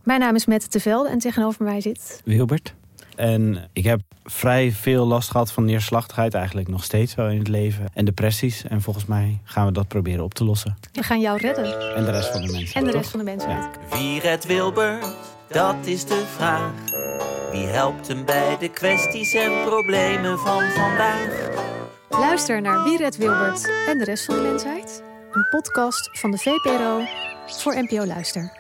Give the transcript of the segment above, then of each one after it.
Mijn naam is Mette Tevelde en tegenover mij zit Wilbert. En ik heb vrij veel last gehad van neerslachtigheid, eigenlijk nog steeds wel in het leven. En depressies. En volgens mij gaan we dat proberen op te lossen. We gaan jou redden. En de rest van de mensen. En de toch? rest van de mensen. Ja. Wie redt Wilbert? Dat is de vraag. Wie helpt hem bij de kwesties en problemen van vandaag? Luister naar Wie redt Wilbert en de rest van de mensheid. Een podcast van de VPRO voor NPO Luister.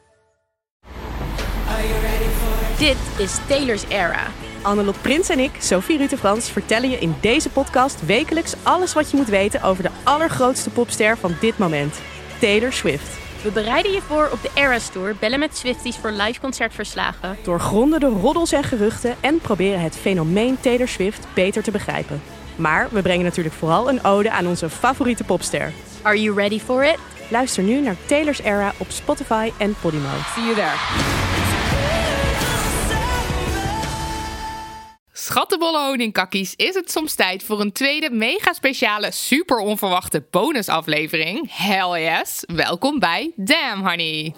Dit is Taylor's Era. Annelot Prins en ik, Sophie Rutte-Frans, vertellen je in deze podcast wekelijks alles wat je moet weten over de allergrootste popster van dit moment, Taylor Swift. We bereiden je voor op de Eras Tour, bellen met Swifties voor live concertverslagen. Doorgronden de roddels en geruchten en proberen het fenomeen Taylor Swift beter te begrijpen. Maar we brengen natuurlijk vooral een ode aan onze favoriete popster. Are you ready for it? Luister nu naar Taylor's Era op Spotify en Podimo. See you there. Schattenbolle honingkakkies, is het soms tijd voor een tweede mega speciale, super onverwachte bonusaflevering? Hell yes! Welkom bij Damn Honey!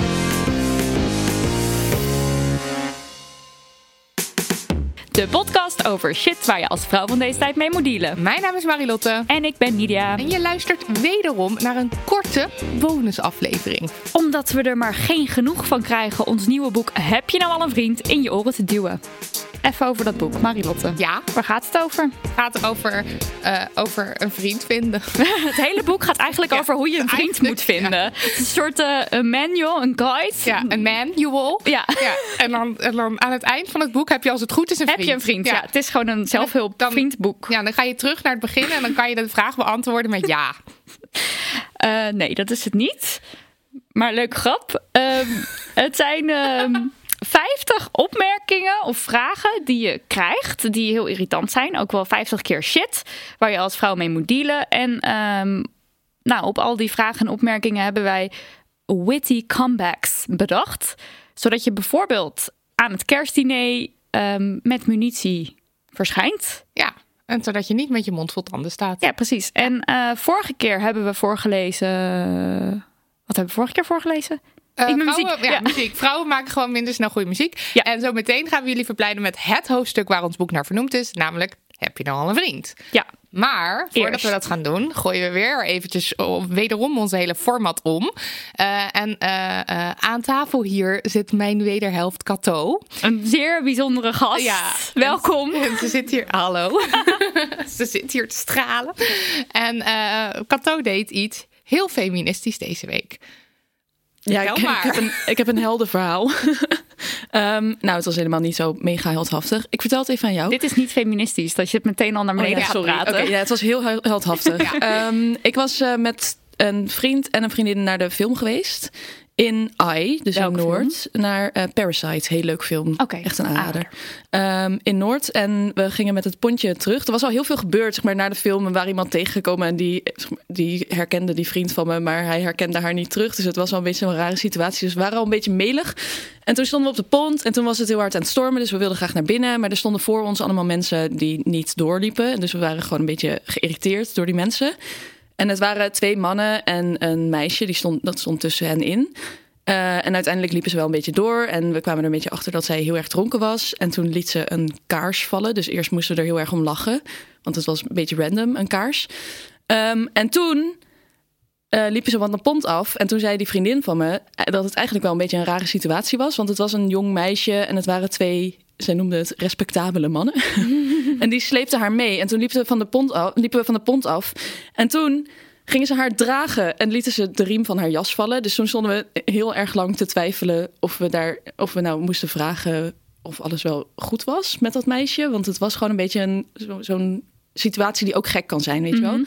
De podcast over shit waar je als vrouw van deze tijd mee moet dealen. Mijn naam is Marilotte. En ik ben Nidia. En je luistert wederom naar een korte bonusaflevering. Omdat we er maar geen genoeg van krijgen ons nieuwe boek Heb je nou al een vriend in je oren te duwen. Even over dat boek, Marilotte. Ja? Waar gaat het over? Het gaat over een vriend vinden. Het hele boek gaat eigenlijk over hoe je een vriend moet vinden. Ja. Het is een soort een manual, een guide. Ja, een manual. Ja. En dan aan het eind van het boek heb je als het goed is een vriend. Heb je een vriend, ja. Het is gewoon een zelfhulp-vriendboek. Ja, dan ga je terug naar het begin en dan kan je de vraag beantwoorden met ja. Nee, dat is het niet. Maar leuke grap. Het zijn 50 opmerkingen of vragen die je krijgt, die heel irritant zijn. Ook wel 50 keer shit, waar je als vrouw mee moet dealen. En op al die vragen en opmerkingen hebben wij witty comebacks bedacht. Zodat je bijvoorbeeld aan het kerstdiner met munitie verschijnt. Ja, en zodat je niet met je mond vol tanden staat. Ja, precies. En vorige keer hebben we voorgelezen. Wat hebben we vorige keer voorgelezen? Muziek. Vrouwen maken gewoon minder snel goede muziek. Ja. En zo meteen gaan we jullie verblijden met het hoofdstuk waar ons boek naar vernoemd is. Namelijk, heb je nou al een vriend? Ja. Maar voordat we dat gaan doen, gooien we weer eventjes wederom onze hele format om. Aan tafel hier zit mijn wederhelft Cato. Een zeer bijzondere gast. Ja. Welkom. En ze zit hier, hallo. Ze zit hier te stralen. En Cato deed iets heel feministisch deze week. Ja, ik heb een helder verhaal. Het was helemaal niet zo mega heldhaftig. Ik vertel het even aan jou. Dit is niet feministisch, dat je het meteen al naar beneden gaat praten. Okay, het was heel heldhaftig. Ja. Ik was met een vriend en een vriendin naar de film geweest. In AI, dus in Noord, naar Parasite. Heel leuk film. Okay. Echt een aanrader. In Noord. En we gingen met het pontje terug. Er was al heel veel gebeurd, na de film. We waren iemand tegengekomen en die herkende die vriend van me. Maar hij herkende haar niet terug. Dus het was wel een beetje een rare situatie. Dus we waren al een beetje melig. En toen stonden we op de pont. En toen was het heel hard aan het stormen. Dus we wilden graag naar binnen. Maar er stonden voor ons allemaal mensen die niet doorliepen. Dus we waren gewoon een beetje geïrriteerd door die mensen. En het waren 2 mannen en een meisje, dat stond tussen hen in. En uiteindelijk liepen ze wel een beetje door. En we kwamen er een beetje achter dat zij heel erg dronken was. En toen liet ze een kaars vallen. Dus eerst moesten we er heel erg om lachen. Want het was een beetje random, een kaars. En toen liepen ze van de pont af. En toen zei die vriendin van me dat het eigenlijk wel een beetje een rare situatie was. Want het was een jong meisje en het waren 2... Zij noemde het respectabele mannen. En die sleepte haar mee. En toen liepen we van de pont af. En toen gingen ze haar dragen en lieten ze de riem van haar jas vallen. Dus toen stonden we heel erg lang te twijfelen of we nou moesten vragen of alles wel goed was met dat meisje. Want het was gewoon een beetje zo'n situatie die ook gek kan zijn, weet je wel.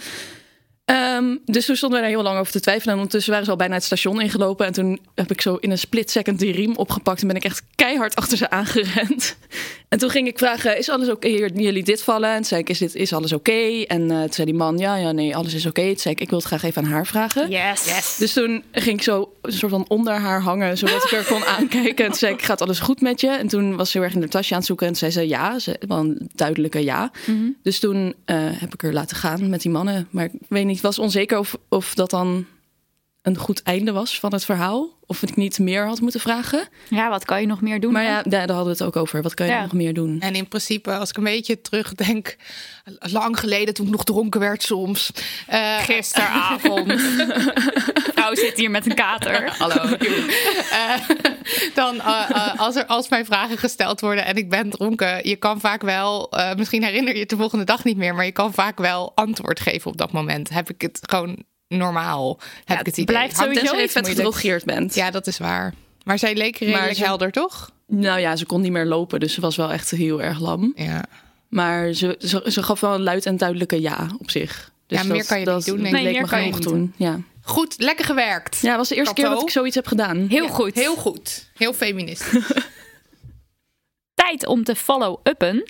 Dus toen stonden we daar heel lang over te twijfelen. En ondertussen waren ze al bijna het station ingelopen. En toen heb ik zo in een split second die riem opgepakt. En ben ik echt keihard achter ze aangerend. En toen ging ik vragen, is alles oké? Jullie dit vallen? En toen zei ik, is alles oké? En toen zei die man, nee, alles is oké. Toen zei ik wil het graag even aan haar vragen. Yes. Dus toen ging ik zo een soort van onder haar hangen, zodat ik er kon aankijken. En toen zei ik, gaat alles goed met je? En toen was ze heel erg in haar tasje aan het zoeken. En toen zei ze ja, wel een duidelijke ja. Mm-hmm. Dus toen heb ik haar laten gaan met die mannen. Maar ik weet niet, was onzeker of dat dan een goed einde was van het verhaal. Of ik niet meer had moeten vragen. Ja, wat kan je nog meer doen? Maar ja, daar hadden we het ook over. Wat kan je nog meer doen? En in principe, als ik een beetje terugdenk, lang geleden toen ik nog dronken werd soms. Gisteravond. Nou, zit hier met een kater. Hallo. Dan als mijn vragen gesteld worden en ik ben dronken, je kan vaak wel, misschien herinner je het de volgende dag niet meer, maar je kan vaak wel antwoord geven op dat moment. Heb ik het gewoon normaal, heb ik het idee. Blijft sowieso je vet gedrogeerd bent. Ja, dat is waar. Maar zij leek redelijk helder, toch? Nou ja, ze kon niet meer lopen, dus ze was wel echt heel erg lam. Ja. Maar ze gaf wel een luid en duidelijke ja op zich. Dus ja, meer kan je niet doen. Nee, leek me genoeg toen. Ja. Goed, lekker gewerkt. Ja, was de eerste keer dat ik zoiets heb gedaan. Heel goed. Heel goed. Heel feministisch. Tijd om te follow-uppen.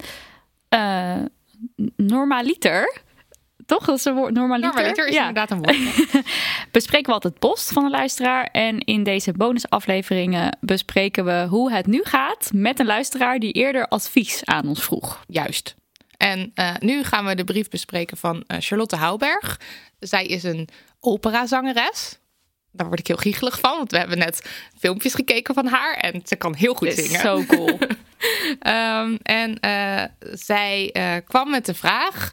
Normaliter. Toch? Dat is een woord. Normaliter is inderdaad een woord. Bespreken we altijd post van de luisteraar. En in deze bonusafleveringen bespreken we hoe het nu gaat met een luisteraar die eerder advies aan ons vroeg. Juist. En nu gaan we de brief bespreken van Charlotte Houberg. Zij is een operazangeres. Daar word ik heel giechelig van, want we hebben net filmpjes gekeken van haar. En ze kan heel goed zingen. Zo cool. Zij kwam met de vraag.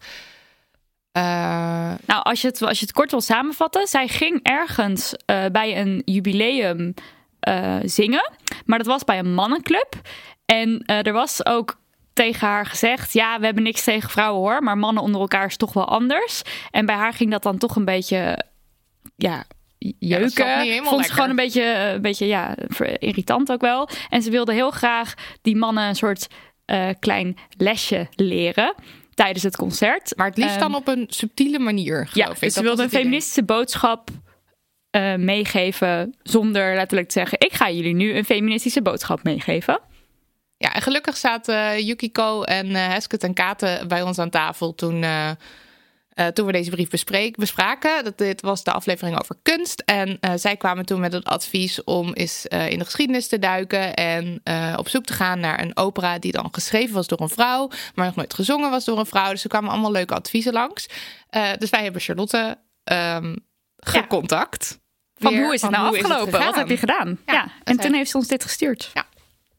Nou, als je het kort wil samenvatten. Zij ging ergens bij een jubileum zingen. Maar dat was bij een mannenclub. En er was ook tegen haar gezegd, ja, we hebben niks tegen vrouwen hoor, maar mannen onder elkaar is toch wel anders. En bij haar ging dat dan toch een beetje, jeuken. Ja, vond ze gewoon een beetje irritant ook wel. En ze wilde heel graag die mannen een soort klein lesje leren tijdens het concert. Maar het liefst dan op een subtiele manier, geloof ik. Dus ze wilde een feministische boodschap meegeven zonder letterlijk te zeggen, ik ga jullie nu een feministische boodschap meegeven. Ja, en gelukkig zaten Yukiko en Hesket en Kate bij ons aan tafel toen we deze brief bespraken. Dit was de aflevering over kunst. En zij kwamen toen met het advies om eens in de geschiedenis te duiken en op zoek te gaan naar een opera die dan geschreven was door een vrouw, maar nog nooit gezongen was door een vrouw. Dus er kwamen allemaal leuke adviezen langs. Dus wij hebben Charlotte gecontact. Van hoe is het nou afgelopen? Wat heb je gedaan? Ja. En toen heeft ze ons dit gestuurd. Ja.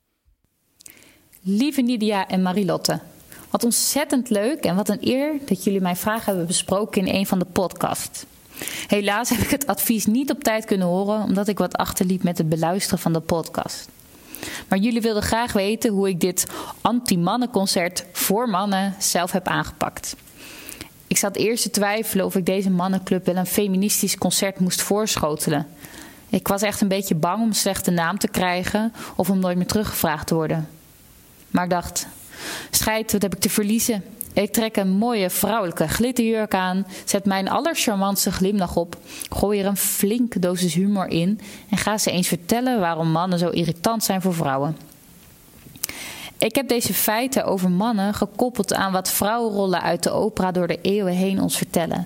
Lieve Nidia en Marilotte, wat ontzettend leuk en wat een eer dat jullie mijn vragen hebben besproken in een van de podcasts. Helaas heb ik het advies niet op tijd kunnen horen, omdat ik wat achterliep met het beluisteren van de podcast. Maar jullie wilden graag weten hoe ik dit anti-mannenconcert voor mannen zelf heb aangepakt. Ik zat eerst te twijfelen of ik deze mannenclub wel een feministisch concert moest voorschotelen. Ik was echt een beetje bang om een slechte naam te krijgen of om nooit meer teruggevraagd te worden. Maar ik dacht, scheid, wat heb ik te verliezen? Ik trek een mooie vrouwelijke glitterjurk aan, zet mijn allercharmantste glimlach op, gooi er een flinke dosis humor in en ga ze eens vertellen waarom mannen zo irritant zijn voor vrouwen. Ik heb deze feiten over mannen gekoppeld aan wat vrouwenrollen uit de opera door de eeuwen heen ons vertellen.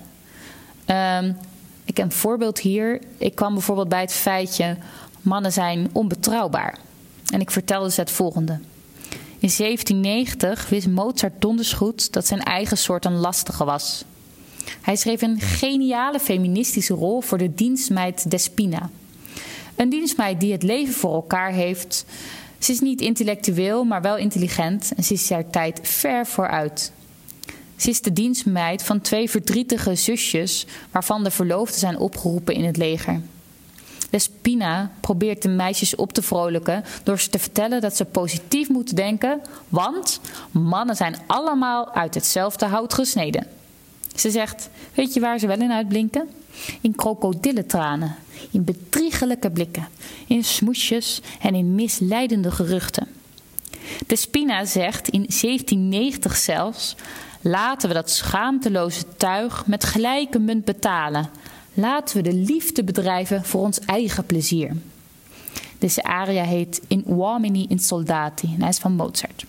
Ik heb een voorbeeld hier. Ik kwam bijvoorbeeld bij het feitje, mannen zijn onbetrouwbaar. En ik vertelde ze het volgende. In 1790 wist Mozart donders goed dat zijn eigen soort een lastige was. Hij schreef een geniale feministische rol voor de dienstmeid Despina. Een dienstmeid die het leven voor elkaar heeft. Ze is niet intellectueel, maar wel intelligent en ze is haar tijd ver vooruit. Ze is de dienstmeid van 2 verdrietige zusjes waarvan de verloofden zijn opgeroepen in het leger. Despina probeert de meisjes op te vrolijken door ze te vertellen dat ze positief moeten denken, want mannen zijn allemaal uit hetzelfde hout gesneden. Ze zegt, weet je waar ze wel in uitblinken? In krokodillentranen, in bedriegelijke blikken, in smoesjes en in misleidende geruchten. Despina zegt in 1790 zelfs, laten we dat schaamteloze tuig met gelijke munt betalen. Laten we de liefde bedrijven voor ons eigen plezier. Deze aria heet In Uomini in Soldati en hij is van Mozart.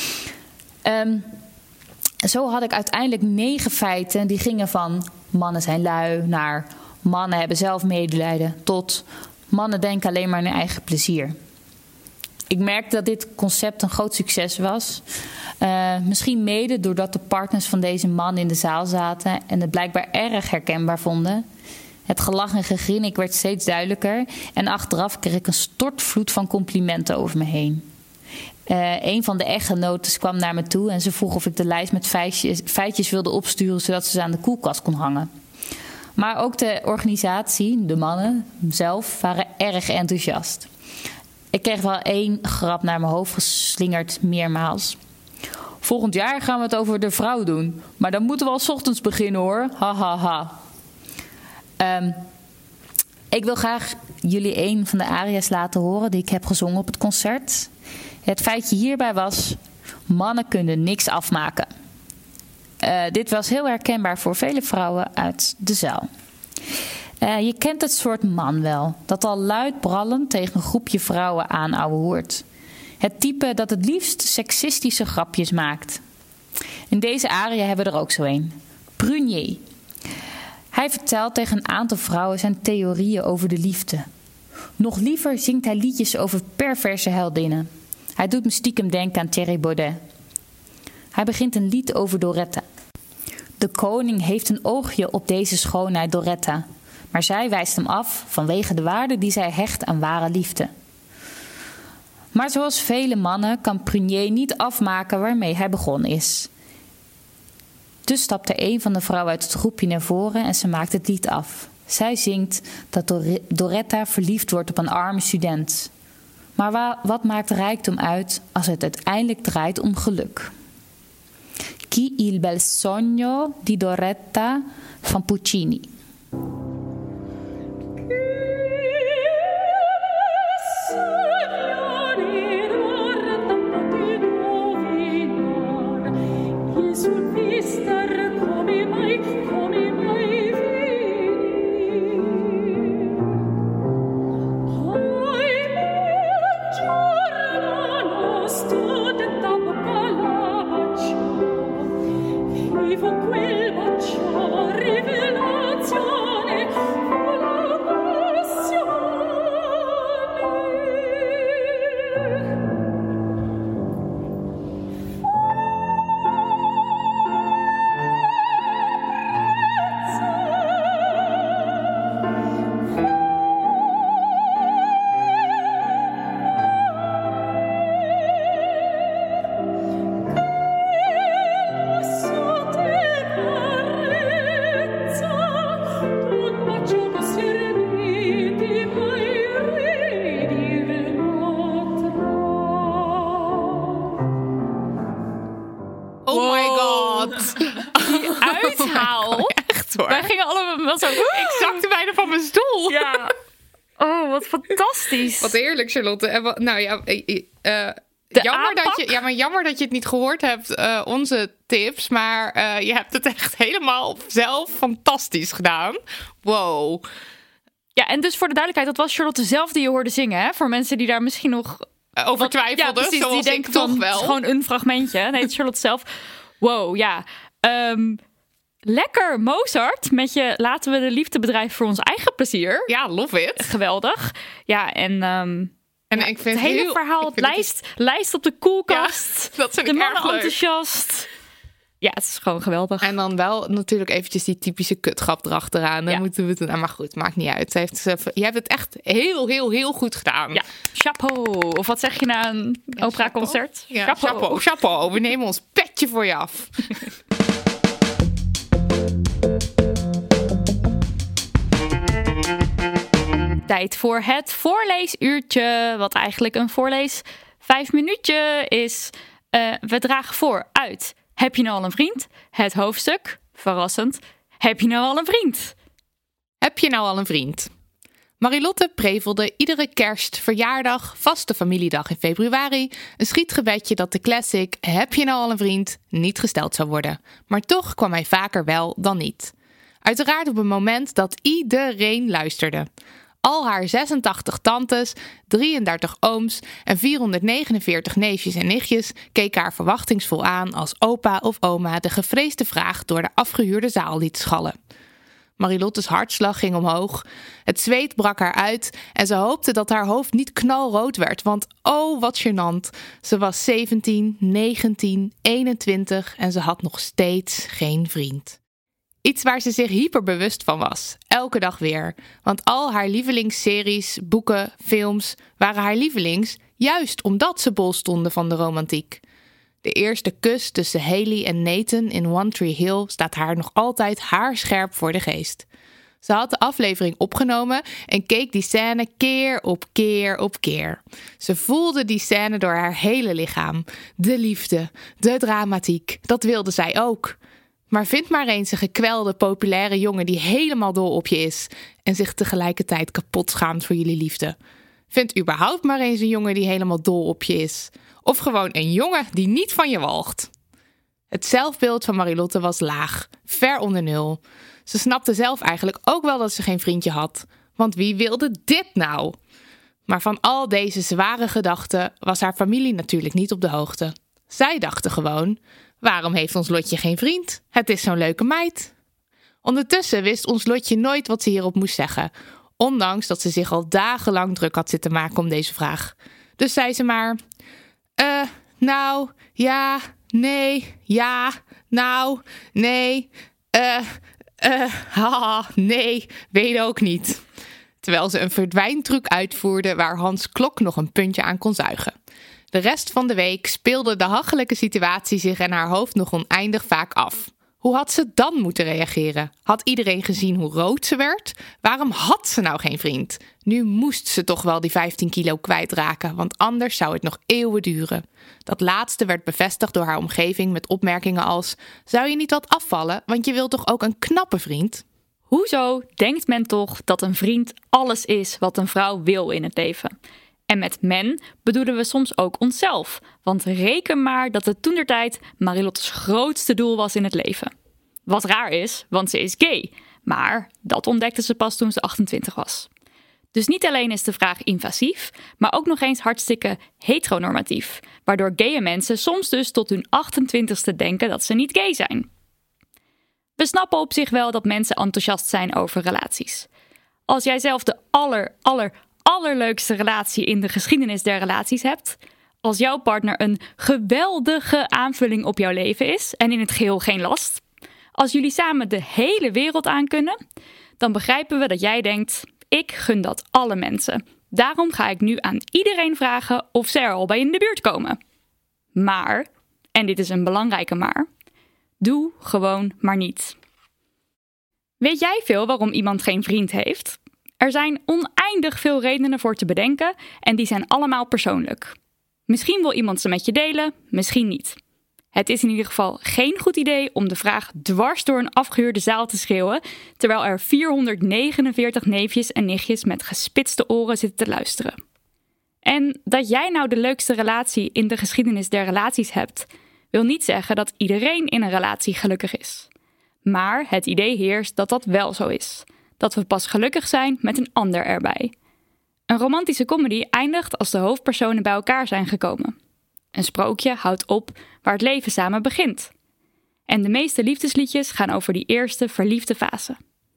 Zo had ik uiteindelijk 9 feiten die gingen van mannen zijn lui naar mannen hebben zelf medelijden tot mannen denken alleen maar aan hun eigen plezier. Ik merkte dat dit concept een groot succes was. Misschien mede doordat de partners van deze man in de zaal zaten en het blijkbaar erg herkenbaar vonden. Het gelach en gegrinnik werd steeds duidelijker en achteraf kreeg ik een stortvloed van complimenten over me heen. Een van de echtgenotes kwam naar me toe en ze vroeg of ik de lijst met feitjes wilde opsturen zodat ze aan de koelkast kon hangen. Maar ook de organisatie, de mannen zelf, waren erg enthousiast. Ik kreeg wel 1 grap naar mijn hoofd geslingerd, meermaals. Volgend jaar gaan we het over de vrouw doen. Maar dan moeten we al 's ochtends beginnen hoor. Ha ha ha. Ik wil graag jullie een van de aria's laten horen die ik heb gezongen op het concert. Het feitje hierbij was: mannen kunnen niks afmaken. Dit was heel herkenbaar voor vele vrouwen uit de zaal. Je kent het soort man wel, dat al luid brallend tegen een groepje vrouwen aan ouwehoert. Het type dat het liefst seksistische grapjes maakt. In deze aria hebben we er ook zo een. Prunier. Hij vertelt tegen een aantal vrouwen zijn theorieën over de liefde. Nog liever zingt hij liedjes over perverse heldinnen. Hij doet me stiekem denken aan Thierry Baudet. Hij begint een lied over Doretta. De koning heeft een oogje op deze schoonheid Doretta, maar zij wijst hem af vanwege de waarde die zij hecht aan ware liefde. Maar zoals vele mannen kan Prunier niet afmaken waarmee hij begonnen is. Dus stapt er een van de vrouwen uit het groepje naar voren en ze maakt het lied af. Zij zingt dat Doretta verliefd wordt op een arme student. Maar wat maakt rijkdom uit als het uiteindelijk draait om geluk? Chi il bel sogno di Doretta van Puccini. Wij gingen allemaal wel zo... Ik zakte bijna van mijn stoel. Ja. Oh, wat fantastisch. Wat heerlijk, Charlotte. En jammer dat je het niet gehoord hebt, onze tips. Maar je hebt het echt helemaal zelf fantastisch gedaan. Wow. Ja, en dus voor de duidelijkheid, dat was Charlotte zelf die je hoorde zingen. Hè? Voor mensen die daar misschien nog... over twijfelden, ja, precies, zoals die denken toch van, wel. Het is gewoon een fragmentje. Nee, het is Charlotte zelf. Wow, ja. Lekker Mozart met je laten we de liefde bedrijven voor ons eigen plezier. Ja, love it. Geweldig. Ja, en ik vind het hele verhaal, het lijst op de koelkast. Ja, dat vind de ik mannen erg leuk. Enthousiast. Ja, het is gewoon geweldig. En dan wel natuurlijk eventjes die typische kutgrap erachteraan. Dan moeten we het... Maar goed, maakt niet uit. Je hebt het echt heel, heel, heel goed gedaan. Ja, chapeau. Of wat zeg je na een operaconcert? Ja, chapeau. We nemen ons petje voor je af. Tijd voor het voorleesuurtje. Wat eigenlijk een voorlees 5 minuutje is. We dragen voor uit Heb je nou al een vriend? Het hoofdstuk, verrassend, Heb je nou al een vriend? Heb je nou al een vriend? Marilotte prevelde iedere kerst, verjaardag, vaste familiedag in februari een schietgebedje dat de classic Heb je nou al een vriend niet gesteld zou worden. Maar toch kwam hij vaker wel dan niet. Uiteraard op een moment dat iedereen luisterde. Al haar 86 tantes, 33 ooms en 449 neefjes en nichtjes keken haar verwachtingsvol aan als opa of oma de gevreesde vraag door de afgehuurde zaal liet schallen. Marilottes hartslag ging omhoog, het zweet brak haar uit en ze hoopte dat haar hoofd niet knalrood werd, want oh wat gênant. Ze was 17, 19, 21 en ze had nog steeds geen vriend. Iets waar ze zich hyperbewust van was. Elke dag weer. Want al haar lievelingsseries, boeken, films waren haar lievelings, juist omdat ze bol stonden van de romantiek. De eerste kus tussen Haley en Nathan in One Tree Hill staat haar nog altijd haarscherp voor de geest. Ze had de aflevering opgenomen en keek die scène keer op keer op keer. Ze voelde die scène door haar hele lichaam. De liefde, de dramatiek, dat wilde zij ook. Maar vind maar eens een gekwelde, populaire jongen die helemaal dol op je is en zich tegelijkertijd kapot schaamt voor jullie liefde. Vind überhaupt maar eens een jongen die helemaal dol op je is. Of gewoon een jongen die niet van je walgt. Het zelfbeeld van Marilotte was laag, ver onder nul. Ze snapte zelf eigenlijk ook wel dat ze geen vriendje had. Want wie wilde dit nou? Maar van al deze zware gedachten was haar familie natuurlijk niet op de hoogte. Zij dachten gewoon, waarom heeft ons Lotje geen vriend? Het is zo'n leuke meid. Ondertussen wist ons Lotje nooit wat ze hierop moest zeggen. Ondanks dat ze zich al dagenlang druk had zitten maken om deze vraag. Dus zei ze maar, nou, ja, nee, ja, nou, nee, nee, weet ook niet. Terwijl ze een verdwijntruc uitvoerde waar Hans Klok nog een puntje aan kon zuigen. De rest van de week speelde de hachelijke situatie zich in haar hoofd nog oneindig vaak af. Hoe had ze dan moeten reageren? Had iedereen gezien hoe rood ze werd? Waarom had ze nou geen vriend? Nu moest ze toch wel die 15 kilo kwijtraken, want anders zou het nog eeuwen duren. Dat laatste werd bevestigd door haar omgeving met opmerkingen als, zou je niet wat afvallen, want je wilt toch ook een knappe vriend? Hoezo denkt men toch dat een vriend alles is wat een vrouw wil in het leven? En met men bedoelen we soms ook onszelf. Want reken maar dat het toentertijd Marilotte's grootste doel was in het leven. Wat raar is, want ze is gay. Maar dat ontdekte ze pas toen ze 28 was. Dus niet alleen is de vraag invasief, maar ook nog eens hartstikke heteronormatief. Waardoor gaye mensen soms dus tot hun 28ste denken dat ze niet gay zijn. We snappen op zich wel dat mensen enthousiast zijn over relaties. Als jij zelf de allerleukste relatie in de geschiedenis der relaties hebt, als jouw partner een geweldige aanvulling op jouw leven is en in het geheel geen last, als jullie samen de hele wereld aan kunnen, dan begrijpen we dat jij denkt, ik gun dat alle mensen. Daarom ga ik nu aan iedereen vragen of ze er al bij in de buurt komen. Maar, en dit is een belangrijke maar, doe gewoon maar niet. Weet jij veel waarom iemand geen vriend heeft? Er zijn oneindig veel redenen voor te bedenken en die zijn allemaal persoonlijk. Misschien wil iemand ze met je delen, misschien niet. Het is in ieder geval geen goed idee om de vraag dwars door een afgehuurde zaal te schreeuwen, terwijl er 449 neefjes en nichtjes met gespitste oren zitten te luisteren. En dat jij nou de leukste relatie in de geschiedenis der relaties hebt, wil niet zeggen dat iedereen in een relatie gelukkig is. Maar het idee heerst dat dat wel zo is. Dat we pas gelukkig zijn met een ander erbij. Een romantische comedy eindigt als de hoofdpersonen bij elkaar zijn gekomen. Een sprookje houdt op waar het leven samen begint. En de meeste liefdesliedjes gaan over die eerste verliefde fase.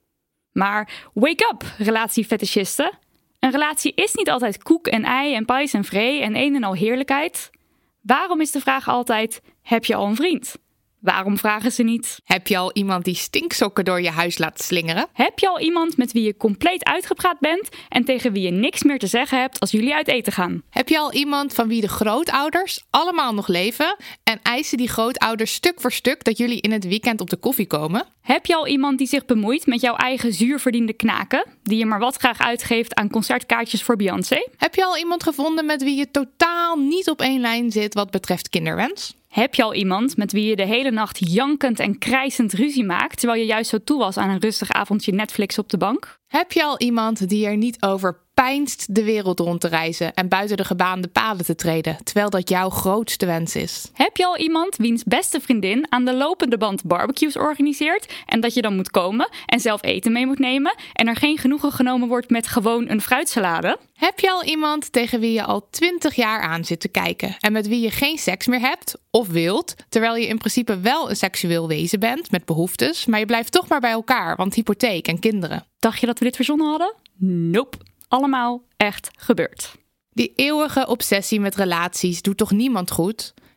Maar wake up, relatiefetischisten. Een relatie is niet altijd koek en ei en pais en vree en een en al heerlijkheid. Waarom is de vraag altijd, heb je al een vriend? Waarom vragen ze niet, heb je al iemand die stinksokken door je huis laat slingeren? Heb je al iemand met wie je compleet uitgepraat bent en tegen wie je niks meer te zeggen hebt als jullie uit eten gaan? Heb je al iemand van wie de grootouders allemaal nog leven en eisen die grootouders stuk voor stuk dat jullie in het weekend op de koffie komen? Heb je al iemand die zich bemoeit met jouw eigen zuurverdiende knaken, die je maar wat graag uitgeeft aan concertkaartjes voor Beyoncé? Heb je al iemand gevonden met wie je totaal niet op één lijn zit wat betreft kinderwens? Heb je al iemand met wie je de hele nacht jankend en krijsend ruzie maakt, terwijl je juist zo toe was aan een rustig avondje Netflix op de bank? Heb je al iemand die er niet over peinst de wereld rond te reizen en buiten de gebaande paden te treden, terwijl dat jouw grootste wens is? Heb je al iemand wiens beste vriendin aan de lopende band barbecues organiseert en dat je dan moet komen en zelf eten mee moet nemen en er geen genoegen genomen wordt met gewoon een fruitsalade? Heb je al iemand tegen wie je al 20 jaar aan zit te kijken en met wie je geen seks meer hebt of wilt, terwijl je in principe wel een seksueel wezen bent met behoeftes, maar je blijft toch maar bij elkaar, want hypotheek en kinderen? Dacht je dat we dit verzonnen hadden? Nope. Allemaal echt gebeurd. Die eeuwige obsessie met relaties doet toch niemand goed?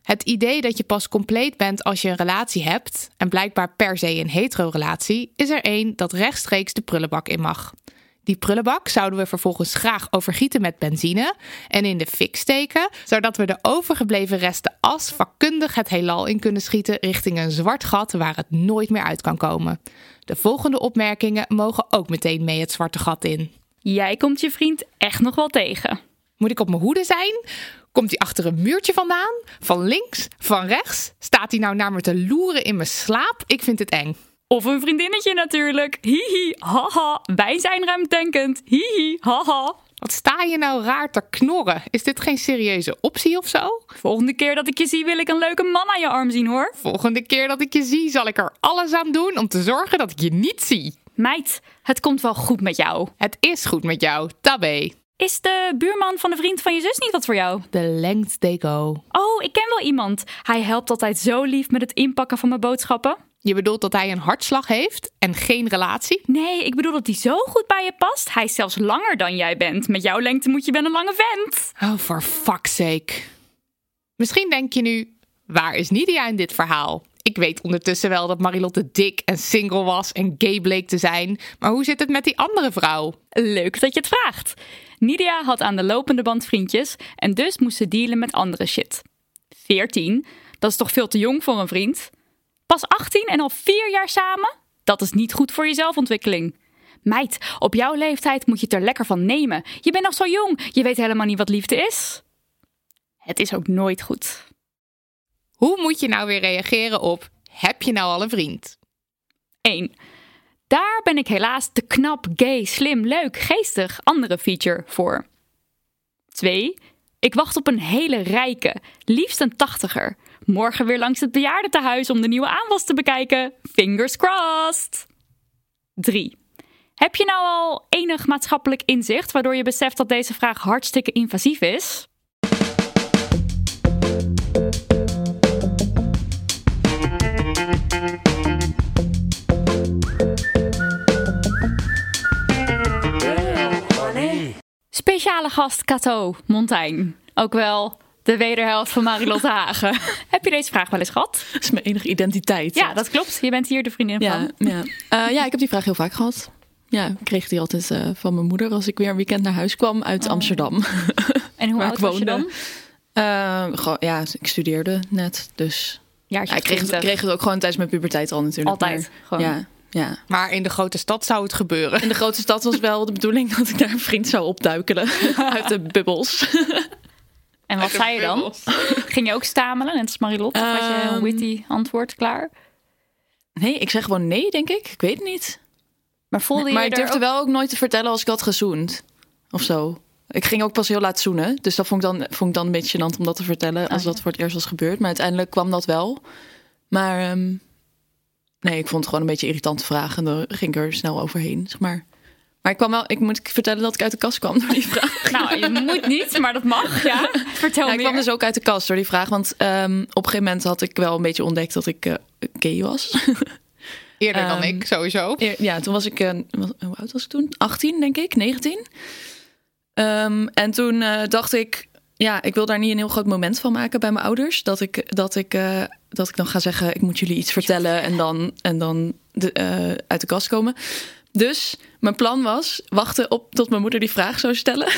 Het idee dat je pas compleet bent als je een relatie hebt, en blijkbaar per se een hetero-relatie, is er één dat rechtstreeks de prullenbak in mag. Die prullenbak zouden we vervolgens graag overgieten met benzine en in de fik steken, zodat we de overgebleven resten as vakkundig het heelal in kunnen schieten richting een zwart gat waar het nooit meer uit kan komen. De volgende opmerkingen mogen ook meteen mee het zwarte gat in. Jij komt je vriend echt nog wel tegen. Moet ik op mijn hoede zijn? Komt hij achter een muurtje vandaan? Van links? Van rechts? Staat hij nou naar me te loeren in mijn slaap? Ik vind het eng. Of een vriendinnetje natuurlijk. Hihi, haha. Wij zijn ruimdenkend. Hihi, haha. Wat sta je nou raar te knorren? Is dit geen serieuze optie of zo? Volgende keer dat ik je zie wil ik een leuke man aan je arm zien hoor. Volgende keer dat ik je zie zal ik er alles aan doen om te zorgen dat ik je niet zie. Meid, het komt wel goed met jou. Het is goed met jou, tabé. Is de buurman van de vriend van je zus niet wat voor jou? The length they go. Oh, ik ken wel iemand. Hij helpt altijd zo lief met het inpakken van mijn boodschappen. Je bedoelt dat hij een hartslag heeft en geen relatie? Nee, ik bedoel dat hij zo goed bij je past. Hij is zelfs langer dan jij bent. Met jouw lengte moet je wel een lange vent. Oh, for fuck's sake. Misschien denk je nu, waar is Nidia in dit verhaal? Ik weet ondertussen wel dat Marilotte dik en single was en gay bleek te zijn. Maar hoe zit het met die andere vrouw? Leuk dat je het vraagt. Nidia had aan de lopende band vriendjes en dus moest ze dealen met andere shit. 14, dat is toch veel te jong voor een vriend? Pas 18 en al 4 jaar samen? Dat is niet goed voor je zelfontwikkeling. Meid, op jouw leeftijd moet je het er lekker van nemen. Je bent nog zo jong, je weet helemaal niet wat liefde is. Het is ook nooit goed. Hoe moet je nou weer reageren op, heb je nou al een vriend? 1. Daar ben ik helaas te knap, gay, slim, leuk, geestig, andere feature voor. 2. Ik wacht op een hele rijke, liefst een 80er. Morgen weer langs het bejaardentehuis om de nieuwe aanwas te bekijken. Fingers crossed! 3. Heb je nou al enig maatschappelijk inzicht waardoor je beseft dat deze vraag hartstikke invasief is? Speciale gast Cato Montaigne. Ook wel de wederhelft van Marilotte Hagen. Heb je deze vraag wel eens gehad? Dat is mijn enige identiteit. Ja, dat klopt. Je bent hier de vriendin van. Ja, ik heb die vraag heel vaak gehad. Ja, ik kreeg die altijd van mijn moeder als ik weer een weekend naar huis kwam uit Amsterdam. En hoe oud was je dan? Ik studeerde net, dus... Ik kreeg het ook gewoon tijdens mijn puberteit al natuurlijk. Altijd, maar, gewoon. Ja. Maar in de grote stad zou het gebeuren. In de grote stad was wel de bedoeling dat ik daar een vriend zou opduikelen. Uit de bubbels. En wat zei je dan? Ging je ook stamelen, net als Marilotte? Of had je een witty antwoord klaar? Nee, ik zeg gewoon nee, denk ik. Ik weet het niet. Maar voelde je maar ik durfde wel ook nooit te vertellen als ik had gezoend. Of zo. Ik ging ook pas heel laat zoenen. Dus dat vond ik dan een beetje gênant om dat te vertellen. Als dat voor het eerst was gebeurd. Maar uiteindelijk kwam dat wel. Maar nee, ik vond het gewoon een beetje irritante vraag. En dan ging ik er snel overheen, zeg maar. Maar ik moet vertellen dat ik uit de kast kwam door die vraag. Nou, je moet niet, maar dat mag. Ja. Vertel meer. Ik kwam dus ook uit de kast door die vraag. Want op een gegeven moment had ik wel een beetje ontdekt dat ik gay was. Eerder dan ik, sowieso. Ja, toen was ik... hoe oud was ik toen? 18, denk ik. 19. En toen dacht ik... Ja, ik wil daar niet een heel groot moment van maken bij mijn ouders. Dat ik dan ga zeggen... Ik moet jullie iets vertellen en dan uit de kast komen. Dus mijn plan was wachten tot mijn moeder die vraag zou stellen.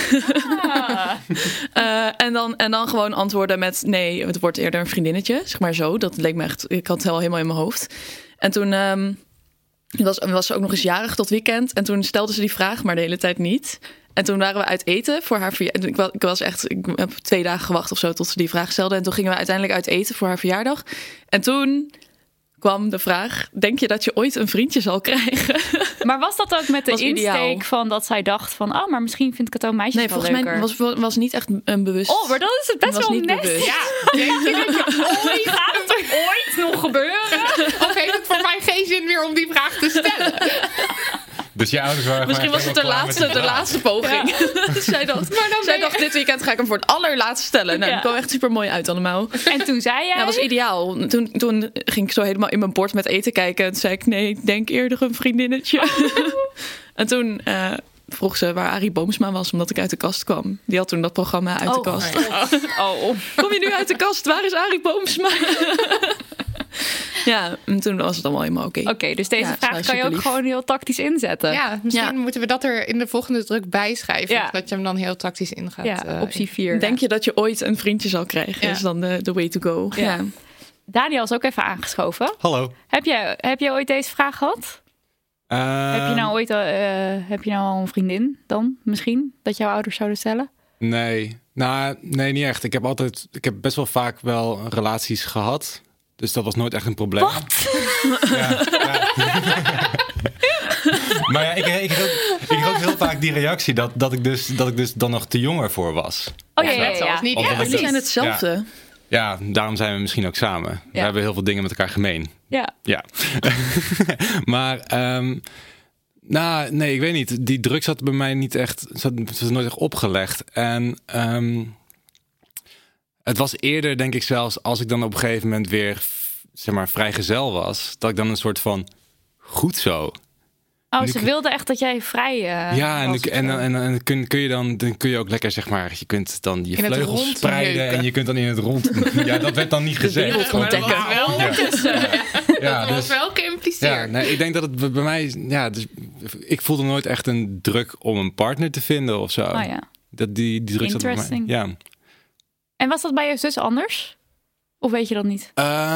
En dan gewoon antwoorden met... Nee, het wordt eerder een vriendinnetje. Zeg maar zo. Dat leek me echt... Ik had het al helemaal in mijn hoofd. En toen was ze ook nog eens jarig dat weekend. En toen stelde ze die vraag, maar de hele tijd niet. En toen waren we uit eten voor haar verjaardag. Ik heb 2 dagen gewacht of zo tot ze die vraag stelde. En toen gingen we uiteindelijk uit eten voor haar verjaardag. En toen kwam de vraag... Denk je dat je ooit een vriendje zal krijgen? Maar was dat ook met de insteek ideaal. van dat zij dacht van... Oh, maar misschien vindt Cato meisjes wel leuker? Nee, volgens mij was niet echt een bewust... Oh, maar dan is het best wel niet nest. bewust. Ja, denk je dat je Gaat het er ooit nog gebeuren? Of heeft het voor mij geen zin meer om die vraag te stellen? Dus je ouders waren Misschien was het de laatste poging. Ja. zij dacht, dit weekend ga ik hem voor het allerlaatste stellen. Nou, dat kwam echt super mooi uit allemaal. En toen zei jij... Ja, dat was ideaal. Toen ging ik zo helemaal in mijn bord met eten kijken. En toen zei ik, nee, ik denk eerder een vriendinnetje. En toen vroeg ze waar Arie Boomsma was, omdat ik uit de kast kwam. Die had toen dat programma Uit de Kast. Kom je nu uit de kast? Waar is Arie Boomsma? Ja, en toen was het allemaal helemaal oké. Oké, dus deze vraag kan je ook gewoon heel tactisch inzetten. Ja, misschien moeten we dat er in de volgende druk bijschrijven. Ja. Dat je hem dan heel tactisch ingaat. Ja, optie 4. Denk je dat je ooit een vriendje zal krijgen? Dat is dan de way to go. Ja. Ja. Daniel is ook even aangeschoven. Hallo. Heb je ooit deze vraag gehad? Heb je nou al een vriendin dan misschien? Dat jouw ouders zouden stellen? Nee, niet echt. Ik heb best wel vaak wel relaties gehad. Dus dat was nooit echt een probleem. Wat? Ja. Maar ja, ik kreeg ook heel vaak die reactie dat ik dus dan nog te jong ervoor was. Oh ja. Niet we zijn hetzelfde. Ja, daarom zijn we misschien ook samen. We hebben heel veel dingen met elkaar gemeen. Ja. Maar, nee, ik weet niet. Die druk zat bij mij niet echt, zat nooit echt opgelegd. En het was eerder, denk ik zelfs, als ik dan op een gegeven moment weer, zeg maar, vrijgezel was, dat ik dan een soort van, goed zo. Oh, ze wilde echt dat jij vrij was. En dan kun je ook lekker, zeg maar, je kunt dan je vleugels spreiden en je kunt dan in het rond. Ja, dat werd dan niet gezegd. Dat was wel geïmpliceerd. Ja, nee, ik denk dat het bij mij, dus ik voelde nooit echt een druk om een partner te vinden of zo. Oh ja. Dat die druk zat bij mij. Ja. En was dat bij je zus anders? Of weet je dat niet?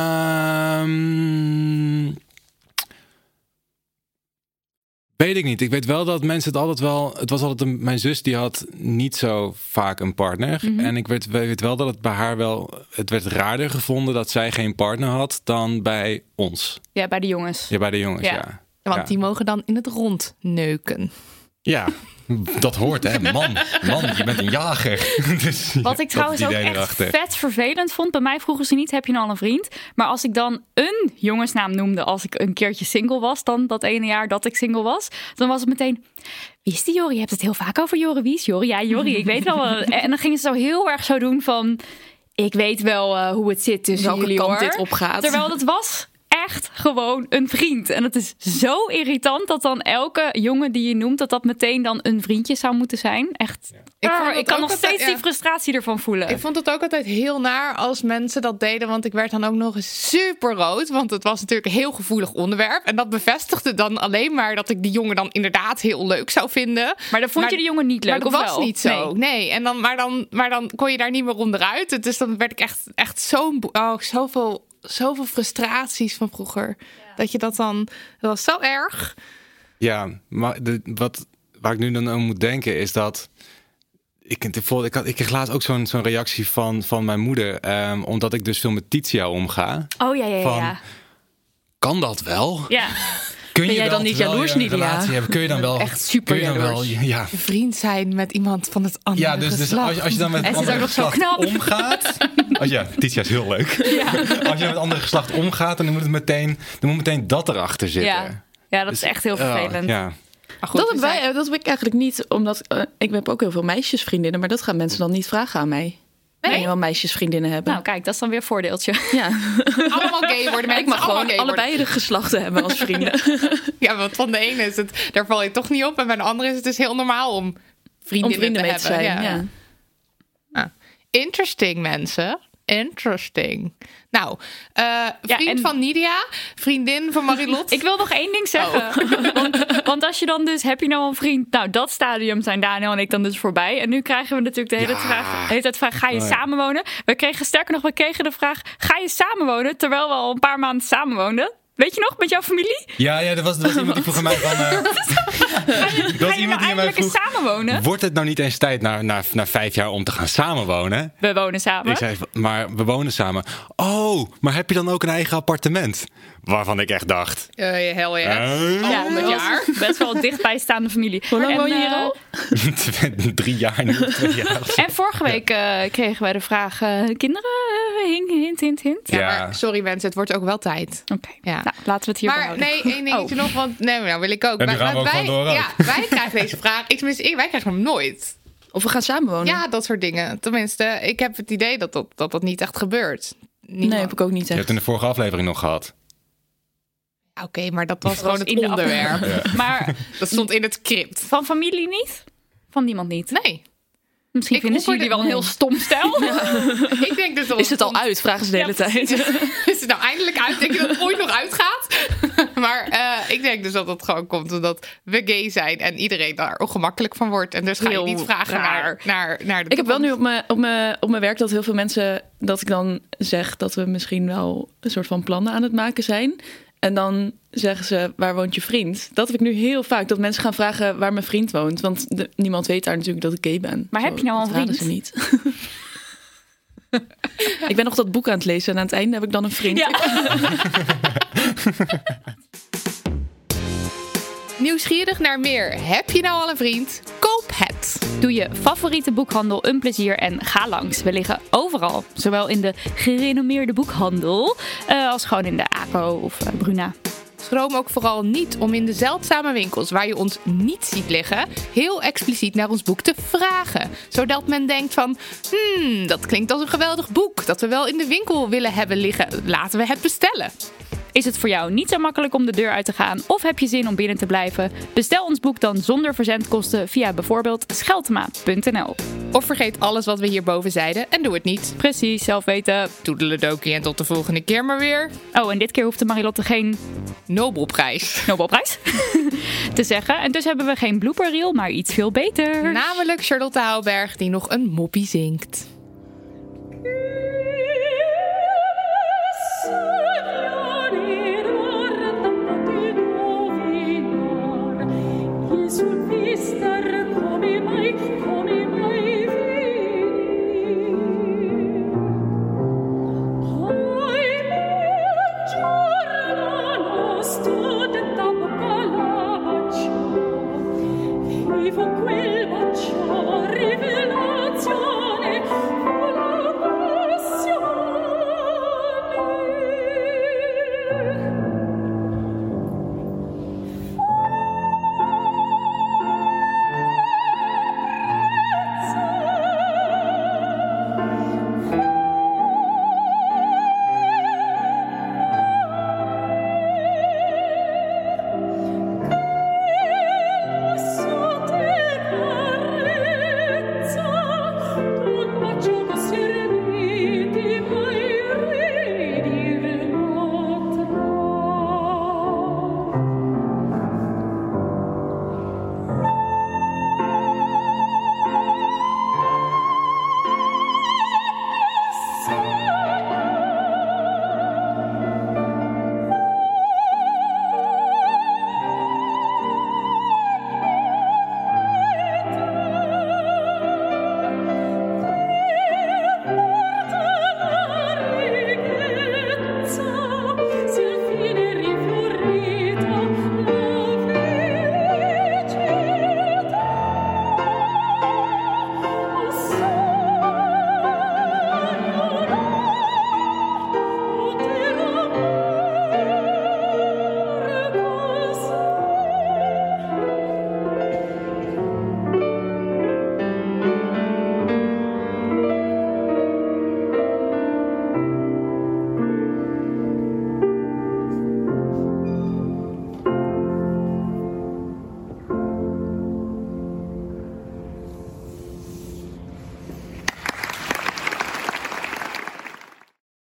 Weet ik niet. Ik weet wel dat mensen het altijd wel... Het was altijd mijn zus die had niet zo vaak een partner. Mm-hmm. En ik weet wel dat het bij haar wel... Het werd raarder gevonden dat zij geen partner had dan bij ons. Ja, bij de jongens. Ja, bij de jongens, ja. Want die mogen dan in het rond neuken. Ja, dat hoort, hè. Man, je bent een jager. Dus, wat ik trouwens ook echt vet vervelend vond. Bij mij vroegen ze niet, heb je nou al een vriend? Maar als ik dan een jongensnaam noemde als ik een keertje single was, dan dat ene jaar dat ik single was, dan was het meteen, wie is die Jorie? Je hebt het heel vaak over Jorie. Wie is Jorie? Ja, Jorie, ik weet wel. En dan gingen ze zo heel erg zo doen van, ik weet wel hoe het zit tussen jullie, kant dit opgaat. Terwijl dat was echt gewoon een vriend. En het is zo irritant dat dan elke jongen die je noemt, dat meteen dan een vriendje zou moeten zijn. Echt. Ik kan nog steeds die frustratie ervan voelen. Ik vond het ook altijd heel naar als mensen dat deden, want ik werd dan ook nog eens super rood, want het was natuurlijk een heel gevoelig onderwerp. En dat bevestigde dan alleen maar dat ik die jongen dan inderdaad heel leuk zou vinden. Maar dan vond je de jongen niet leuk, maar of dat was wel? niet zo. Nee. En dan, maar dan kon je daar niet meer onderuit. Dus dan werd ik echt zoveel frustraties van vroeger. Ja. Dat je dat dan... Dat was zo erg. Ja, maar waar ik nu dan aan moet denken is dat... Ik kreeg laatst ook zo'n reactie van mijn moeder. Omdat ik dus veel met Titia omga. Oh ja. Kan dat wel? Ja. Ben jij dan niet jaloers, Nidia? Kun je dan wel... Echt super jaloers. Ja. Vriend zijn met iemand van het andere geslacht. Dus als je dan met het andere geslacht omgaat... Titia is heel leuk. Ja. Als je met het andere geslacht omgaat, dan moet meteen dat erachter zitten. Ja, dat is echt heel vervelend. Ja. Goed, dat heb ik eigenlijk niet, omdat ik heb ook heel veel meisjesvriendinnen, maar dat gaan mensen dan niet vragen aan mij. Nee, je wel meisjesvriendinnen hebben. Nou, kijk, dat is dan weer een voordeeltje. Ja. Allemaal gay worden. Ik mag gewoon allebei de geslachten hebben als vrienden. Ja, want van de ene is het, daar val je toch niet op. En bij de andere is het dus heel normaal om vrienden mee te zijn. Ja. Ah. Interesting, mensen. Interesting. Nou, vriend van Nidia, vriendin van Marilot. Ik wil nog één ding zeggen. Want als je dan dus, heb je nou een vriend? Nou, dat stadium zijn Daniel en ik dan dus voorbij. En nu krijgen we natuurlijk de hele tijd vraag, ga je samenwonen? We kregen de vraag, ga je samenwonen? Terwijl we al een paar maanden samenwoonden. Weet je nog, met jouw familie? Ja, er was iemand die vroeg aan mij van... Ga je nou eindelijk eens samenwonen? Wordt het nou niet eens tijd na 5 jaar om te gaan samenwonen? We wonen samen. Ik zei, maar we wonen samen. Oh, maar heb je dan ook een eigen appartement? Waarvan ik echt dacht... Hell yeah. Al 100 jaar. Best wel dichtbijstaande familie. Hoe lang woon je hier al? 3 jaar nu. 2 jaar. En vorige week kregen wij de vraag... kinderen? Hint. Ja, maar sorry mensen, het wordt ook wel tijd. Oké. Ja. Nou, laten we het hier behouden. Maar nee, één dingetje nog, want nou wil ik ook. En nu gaan we ook gewoon door. Ja, wij krijgen deze vraag. Wij krijgen hem nooit. Of we gaan samenwonen. Ja, dat soort dingen. Tenminste, ik heb het idee dat niet echt gebeurt. Nee, heb ik ook niet echt. Je hebt het in de vorige aflevering nog gehad. Oké, maar dat was gewoon het in de onderwerp. Ja. Maar Dat stond in het script. van familie niet? Van niemand niet? Nee. Misschien Ik vinden ze jullie wel een heel stom stel. Ik denk dus dat Is het al uit? Vragen ze de hele tijd. Is het nou eindelijk uit? Denk je dat het ooit nog uitgaat? Maar ik denk dus dat het gewoon komt omdat we gay zijn en iedereen daar ongemakkelijk van wordt. En dus ga je Heel niet vragen naar de Ik heb wel toekomst. nu op mijn werk dat heel veel mensen... dat ik dan zeg dat we misschien wel een soort van plannen aan het maken zijn. En dan zeggen ze, waar woont je vriend? Dat heb ik nu heel vaak, dat mensen gaan vragen waar mijn vriend woont. Want niemand weet daar natuurlijk dat ik gay ben. Maar heb je nou al een dat raden vriend? ze niet. Ik ben nog dat boek aan het lezen en aan het einde heb ik dan een vriend. Ja. Nieuwsgierig naar meer? Heb je nou al een vriend? Koop het! Doe je favoriete boekhandel een plezier en ga langs. We liggen overal. Zowel in de gerenommeerde boekhandel als gewoon in de ACO of Bruna. Schroom ook vooral niet om in de zeldzame winkels waar je ons niet ziet liggen, heel expliciet naar ons boek te vragen. Zodat men denkt van, dat klinkt als een geweldig boek dat we wel in de winkel willen hebben liggen. Laten we het bestellen. Is het voor jou niet zo makkelijk om de deur uit te gaan of heb je zin om binnen te blijven? Bestel ons boek dan zonder verzendkosten via bijvoorbeeld scheltema.nl. Of vergeet alles wat we hierboven zeiden en doe het niet. Precies, zelf weten. Toedeledokie en tot de volgende keer maar weer. Oh, en dit keer hoefde Marilotte geen Nobelprijs. Nobelprijs te zeggen. En dus hebben we geen blooper reel, maar iets veel beter. Namelijk Charlotte Houwberg die nog een moppie zingt.